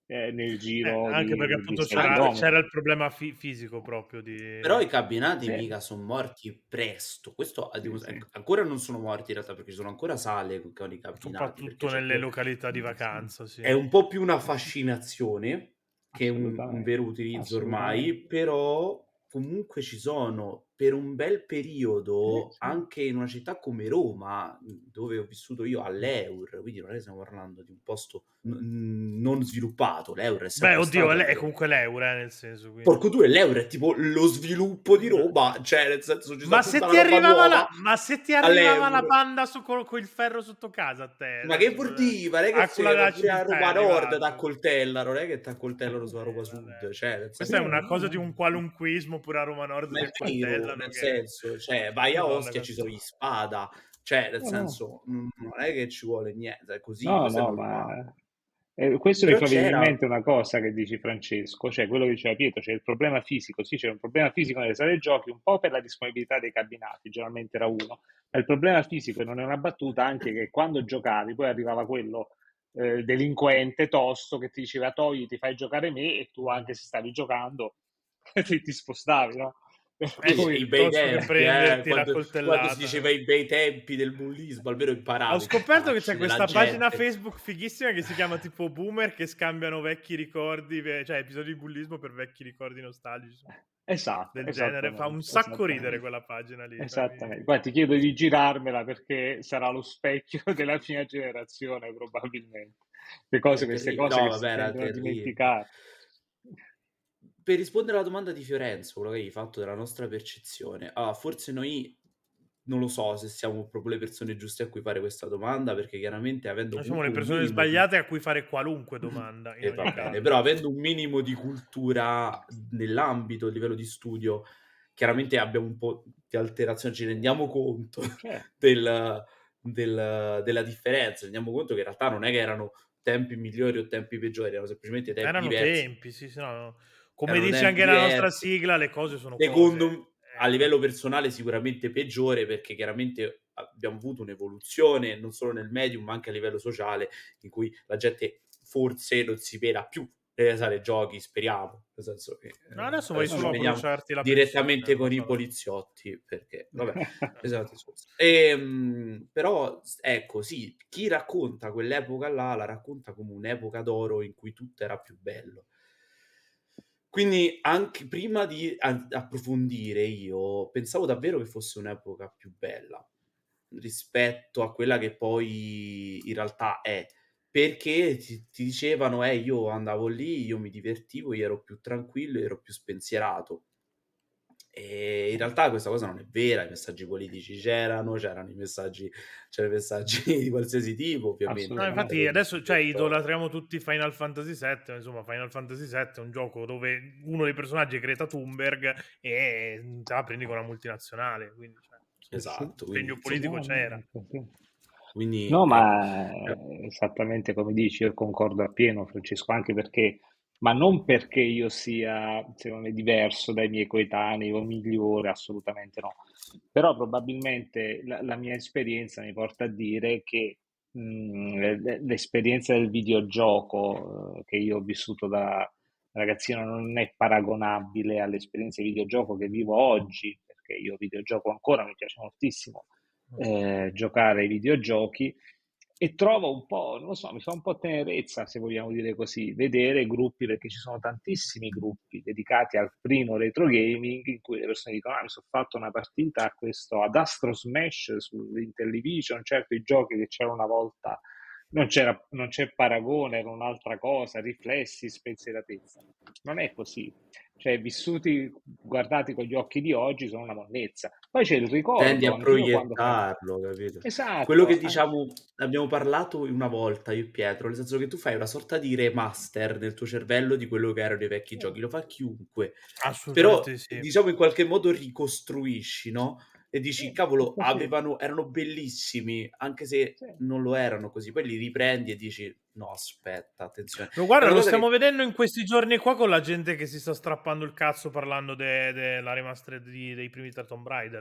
nel giro Anche perché di appunto 6 c'era km. il problema fisico proprio di... Però i cabinati Sì, mica son morti presto. Questo a sì, dimo sì, ancora non sono morti in realtà, perché ci sono ancora sale con i cabinati, perché Soprattutto c'è nelle pure località di sì, vacanza, sì. è un po' più una fascinazione che un assolutamente, vero utilizzo ormai, assolutamente. però comunque ci sono per un bel Sì, periodo, sì. anche in una città come Roma, dove ho vissuto io, all'Eur, quindi non è che stiamo parlando di un posto non sviluppato, l'Eur è Beh, sempre oddio, stato è comunque l'euro, nel senso, quindi... Porco 2, l'Euro è tipo lo sviluppo di Roma, cioè nel senso ci sta Ma se tutta la ti roba arrivava nuova la all'Euro. panda col ferro sotto casa a te, Ma che adesso vuol dire? Ma non è che a quella se va della pure a civiltà è Roma Nord arrivato. t'accoltella, non è che t'accoltellano sulla Roma Vabbè. Sud, cioè nel Questa è senso una No, cosa di no. un qualunquismo, pure a Roma Nord ma ti è vero, accoltellano nel che... senso, cioè vai a Madonna, Ostia ci sono gli Spada, cioè nel No, no. senso, non è che ci vuole niente, è così, No, questo è no, normale. ma questo mi Però fa venire in c'era mente una cosa che dici Francesco, cioè quello che diceva Pietro, c'è il problema fisico, sì, c'è un problema fisico nelle sale giochi, un po' per la disponibilità dei cabinati, generalmente era uno, ma il problema fisico, e non è una battuta, anche che quando giocavi poi arrivava quello delinquente, tosto, che ti diceva togliti, fai giocare me, e tu anche se stavi giocando ti spostavi, no? Per Eh sì, sì, cui, i bei piuttosto che tempi, prenderti la quando si coltellata. diceva i bei tempi del bullismo, almeno Ho imparavi i scoperto che c'è cacci della questa pagina gente. Facebook fighissima che si chiama tipo Boomer che scambiano vecchi ricordi, cioè episodi di bullismo per vecchi ricordi nostalgici esatto, del genere. Fa un sacco ridere esattamente. quella pagina lì. Cioè, Esattamente. Guarda, ti chiedo di girarmela perché sarà lo specchio della mia generazione, probabilmente. È Queste terribile. cose No, che si vabbè, era tendono a terribile. dimenticare. Per rispondere alla domanda di Fiorenzo, quello che hai fatto della nostra percezione, forse noi non lo so se siamo proprio le persone giuste a cui fare questa domanda, perché chiaramente avendo noi siamo le comunque un persone minimo di sbagliate a cui fare qualunque domanda, in e va ogni bene, caso. però avendo un minimo di cultura nell'ambito, a livello di studio, chiaramente abbiamo un po' di alterazione, ci rendiamo conto Certo, del della differenza, rendiamo conto che in realtà non è che erano tempi migliori o tempi peggiori, erano semplicemente tempi Erano diversi. tempi, sì, sì, no, no. Come Erano dice tempi anche la nostra diversi. sigla, le cose sono cose. Secondo a livello personale sicuramente peggiore, perché chiaramente abbiamo avuto un'evoluzione non solo nel medium, ma anche a livello sociale, in cui la gente forse non si pela più nelle sale giochi, speriamo, nel senso che, No, adesso vai adesso no, ci solo a no. vediamo bruciarti la pensione, direttamente non con i sarà. poliziotti, perché vabbè, esatto discorso. Però ecco sì, chi racconta quell'epoca là, la racconta come un'epoca d'oro in cui tutto era più bello. Quindi anche prima di approfondire io, pensavo davvero che fosse un'epoca più bella, rispetto a quella che poi in realtà è. Perché ti dicevano: io andavo lì, io mi divertivo, io ero più tranquillo, io ero più spensierato." In realtà questa cosa non è vera, i messaggi politici c'erano c'erano i messaggi di qualsiasi tipo ovviamente, No, non Assolutamente. infatti era adesso, tutto cioè, gioco. idolatriamo tutti Final Fantasy VII, insomma, Final Fantasy VII è un gioco dove uno dei personaggi è Greta Thunberg e te la prendi con una multinazionale, quindi, cioè, Sì, insomma, sì. Esatto, quindi l'impegno insomma politico No, no, c'era. è così. quindi No, ecco, ma esattamente come dici, io concordo appieno, Francesco, anche perché, ma non perché io sia, secondo me, diverso dai miei coetanei o migliore, assolutamente no. Però probabilmente la mia esperienza mi porta a dire che l'esperienza del videogioco che io ho vissuto da ragazzino non è paragonabile all'esperienza di videogioco che vivo oggi, perché io videogioco ancora, mi piace moltissimo giocare ai videogiochi e trovo un po', non lo so, mi fa un po' tenerezza, se vogliamo dire così, vedere gruppi, perché ci sono tantissimi gruppi dedicati al primo retro gaming in cui le persone dicono, mi sono fatto una partita a questo, ad Astro Smash in television, certo i giochi che c'era una volta non c'è paragone, era un'altra cosa, riflessi, spensieratezza. Non è così. Cioè, vissuti, guardati con gli occhi di oggi, sono una monnezza. Poi c'è il tendi ricordo, a anch'io quando fa... proiettarlo, capito? Quello che Esatto, diciamo abbiamo parlato una volta io e Pietro, nel senso che tu fai una sorta di remaster nel tuo cervello di quello che erano i vecchi sì, giochi, lo fa chiunque. Però, Assolutamente sì. diciamo in qualche modo ricostruisci, no, e dici: sì, è "Cavolo, così. erano bellissimi, anche se Sì. non lo erano così." Poi li riprendi e dici: "No, aspetta, attenzione." No, È guarda, una lo cosa stiamo che vedendo in questi giorni qua con la gente che si sta strappando il cazzo parlando della remastered dei primi tre Tomb Raider.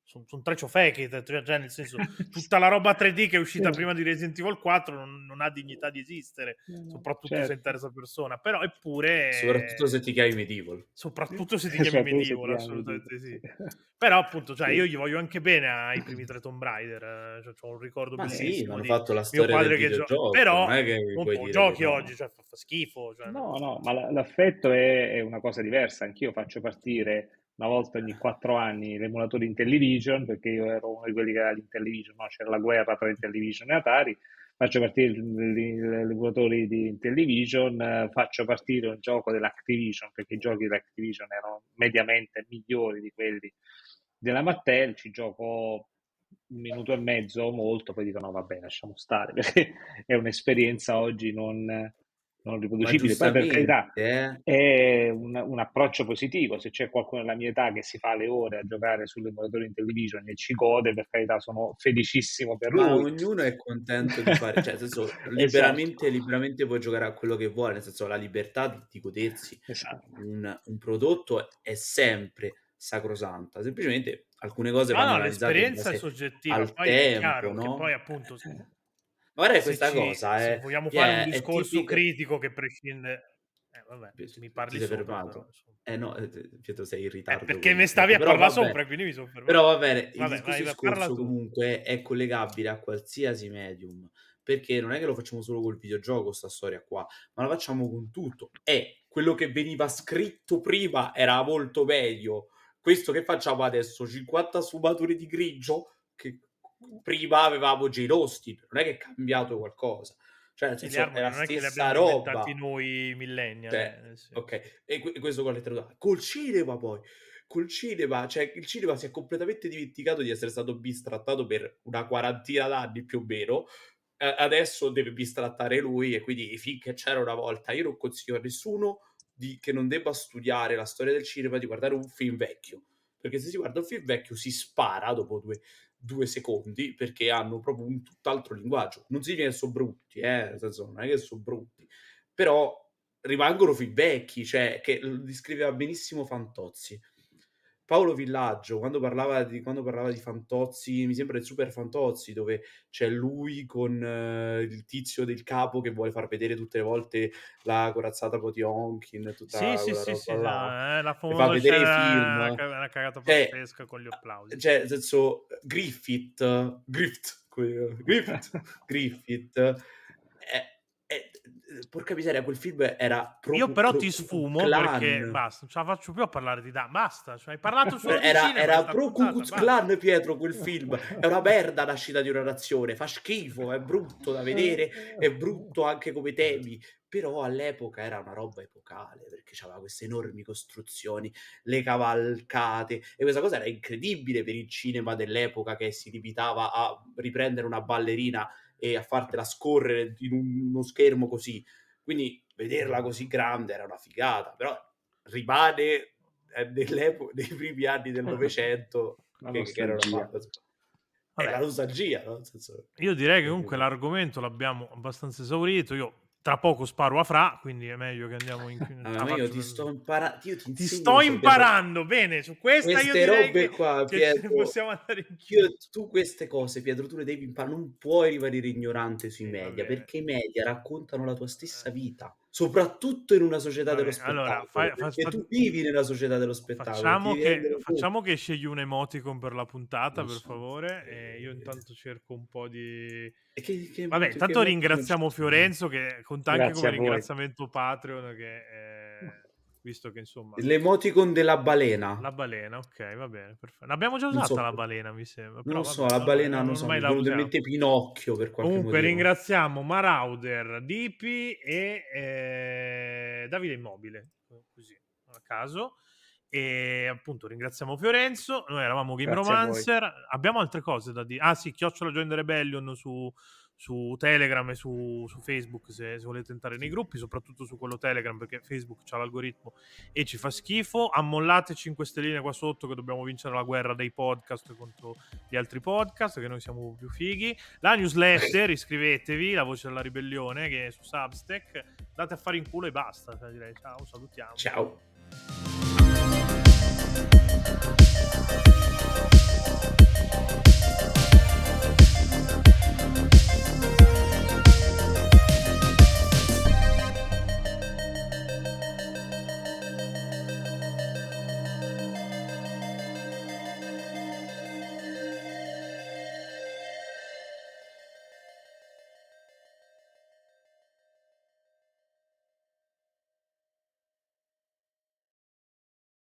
sono tre ciofeche, cioè nel senso tutta la roba 3D che è uscita prima di Resident Evil 4 non ha dignità di esistere, soprattutto se in terza persona, però eppure soprattutto se ti chiami Medieval, soprattutto se ti chiami Medieval, assolutamente sì. Però appunto, cioè, io gli voglio anche bene ai primi 3 Tomb Raider, cioè, ho un ricordo bellissimo sì, hanno di fatto la mio storia padre del che videogioco, però non è che non puoi tu dire giochi che no. oggi, cioè fa schifo, cioè, No, ma l'affetto è una cosa diversa. Anch'io faccio partire una volta ogni 4 anni l'emulatore Intellivision, perché io ero uno di quelli che era l'Intellivision, no? C'era la guerra tra Intellivision e Atari. Faccio partire l'emulatore di Intellivision, faccio partire un gioco dell'Activision, perché i giochi dell'Activision erano mediamente migliori di quelli della Mattel. Ci gioco un minuto e mezzo, molto, poi dico no, vabbè, lasciamo stare, perché è un'esperienza oggi non Ma riproducibile. Poi per carità giustamente, è un approccio positivo. Se c'è qualcuno nella mia età che si fa le ore a giocare sull'emulatore Intellivision e ci gode, per carità, sono felicissimo per ma lui. ognuno è contento di fare, cioè, nel senso, Esatto, liberamente puoi giocare a quello che vuole, nel senso, la libertà di godersi esatto. un prodotto è sempre sacrosanta, semplicemente alcune cose no, vanno no, analizzate in l'esperienza è base soggettiva, al poi è tempo, chiaro che no? poi appunto Ma guarda se questa cosa se vogliamo fare un è discorso tipica. critico che prescinde vabbè, se mi Ti parli sei sopra però fermato? insomma. No, Pietro sei in ritardo Perché con me il stavi tempo, a però parla va bene. sopra, quindi mi sono fermato. Però va bene, il Vabbè, discorso parla scorso tu. comunque è collegabile a qualsiasi medium, perché non è che lo facciamo solo col videogioco sta storia qua, ma la facciamo con tutto. E quello che veniva scritto prima era molto meglio. Questo che facciamo adesso, 50 sfumature di grigio, che prima avevamo Jane Austen, non è che è cambiato qualcosa. Cioè, nel Sì, gli senso, è la Harmony non è che li stessa abbiamo inventati roba. noi millennial, Cioè, nel senso. ok, e questo con la letteratura. Col cinema poi, col cinema, cioè il cinema si è completamente dimenticato di essere stato bistrattato per una quarantina d'anni più o meno. Adesso deve bistrattare lui e quindi finché c'era una volta, io non consiglio a nessuno che non debba studiare la storia del cinema di guardare un film vecchio, perché se si guarda un film vecchio si spara dopo due secondi perché hanno proprio un tutt'altro linguaggio. Non significa che sono brutti, nel senso, non è che sono brutti, però rimangono film vecchi, cioè che lo descriveva benissimo Fantozzi. Paolo Villaggio, quando parlava di Fantozzi, mi sembra il Super Fantozzi, dove c'è lui con il tizio del capo che vuole far vedere tutte le volte la corazzata Potionkin, tutta Sì, quella roba là, la e fa famosa vedere i scena, film. una cagata Cioè, pazzesca con gli applausi. cioè, nel senso, Griffith, porca miseria, quel film era Io Ku però ti Klux sfumo perché Klan. basta, non ce la faccio più a parlare di basta, cioè hai parlato solo di cinema in Era sta pro Ku puntata, Klux basta. Klan, Pietro, quel film. È una merda nascita di una nazione, fa schifo, è brutto da vedere, è brutto anche come temi, però all'epoca era una roba epocale, perché c'aveva queste enormi costruzioni, le cavalcate, e questa cosa era incredibile per il cinema dell'epoca, che si limitava a riprendere una ballerina e a fartela scorrere in uno schermo così. Quindi vederla così grande era una figata, però rimane nei primi anni del Novecento La che era una nostalgia. fantasia. È Vabbè, la nostalgia, no? Nel senso, io direi che comunque l'argomento l'abbiamo abbastanza esaurito. Io tra poco sparo a Fra, quindi è meglio che andiamo in ma io ti sto imparando, io ti Ti insegno sto queste cose. imparando bene, su questa io Queste direi robe qua, che ce ne Pietro, possiamo andare in chiusura. tu queste cose, Pietro, tu le devi imparare, non puoi rimanere ignorante sui Sì, va media, bene. perché i media raccontano la tua stessa vita, soprattutto in una società Va dello bene, allora spettacolo, perché tu vivi nella società dello spettacolo, ti devi rendere conto. facciamo che scegli un emoticon per la puntata, Non per so, favore, e io intanto cerco un po' di... e che Vabbè, che intanto emoticon ci ringraziamo sono? Fiorenzo, che conta anche Grazie come a voi. ringraziamento Patreon, che visto che insomma... L'emoticon della balena. La balena, ok, va bene, perfetto. L'abbiamo già Non usata so la perché. balena, mi sembra, Non però lo so, vabbè, la ormai balena non so, mi ormai è la venuto in usiamo. mente Pinocchio per qualche Comunque motivo. ringraziamo Marauder, Dipi e Davide Immobile, così a caso. E appunto ringraziamo Fiorenzo. Noi eravamo Game Grazie a voi. Romancer. Abbiamo altre cose da dire. Ah sì, @ Join the Rebellion su Telegram e su Facebook se volete entrare nei gruppi, soprattutto su quello Telegram, perché Facebook c'ha l'algoritmo e ci fa schifo. Ammollate 5 stelline qua sotto, che dobbiamo vincere la guerra dei podcast contro gli altri podcast, che noi siamo più fighi. La newsletter, iscrivetevi, La Voce della Ribellione, che è su Substack. Date a fare in culo e basta, direi. Ciao, salutiamo. Ciao.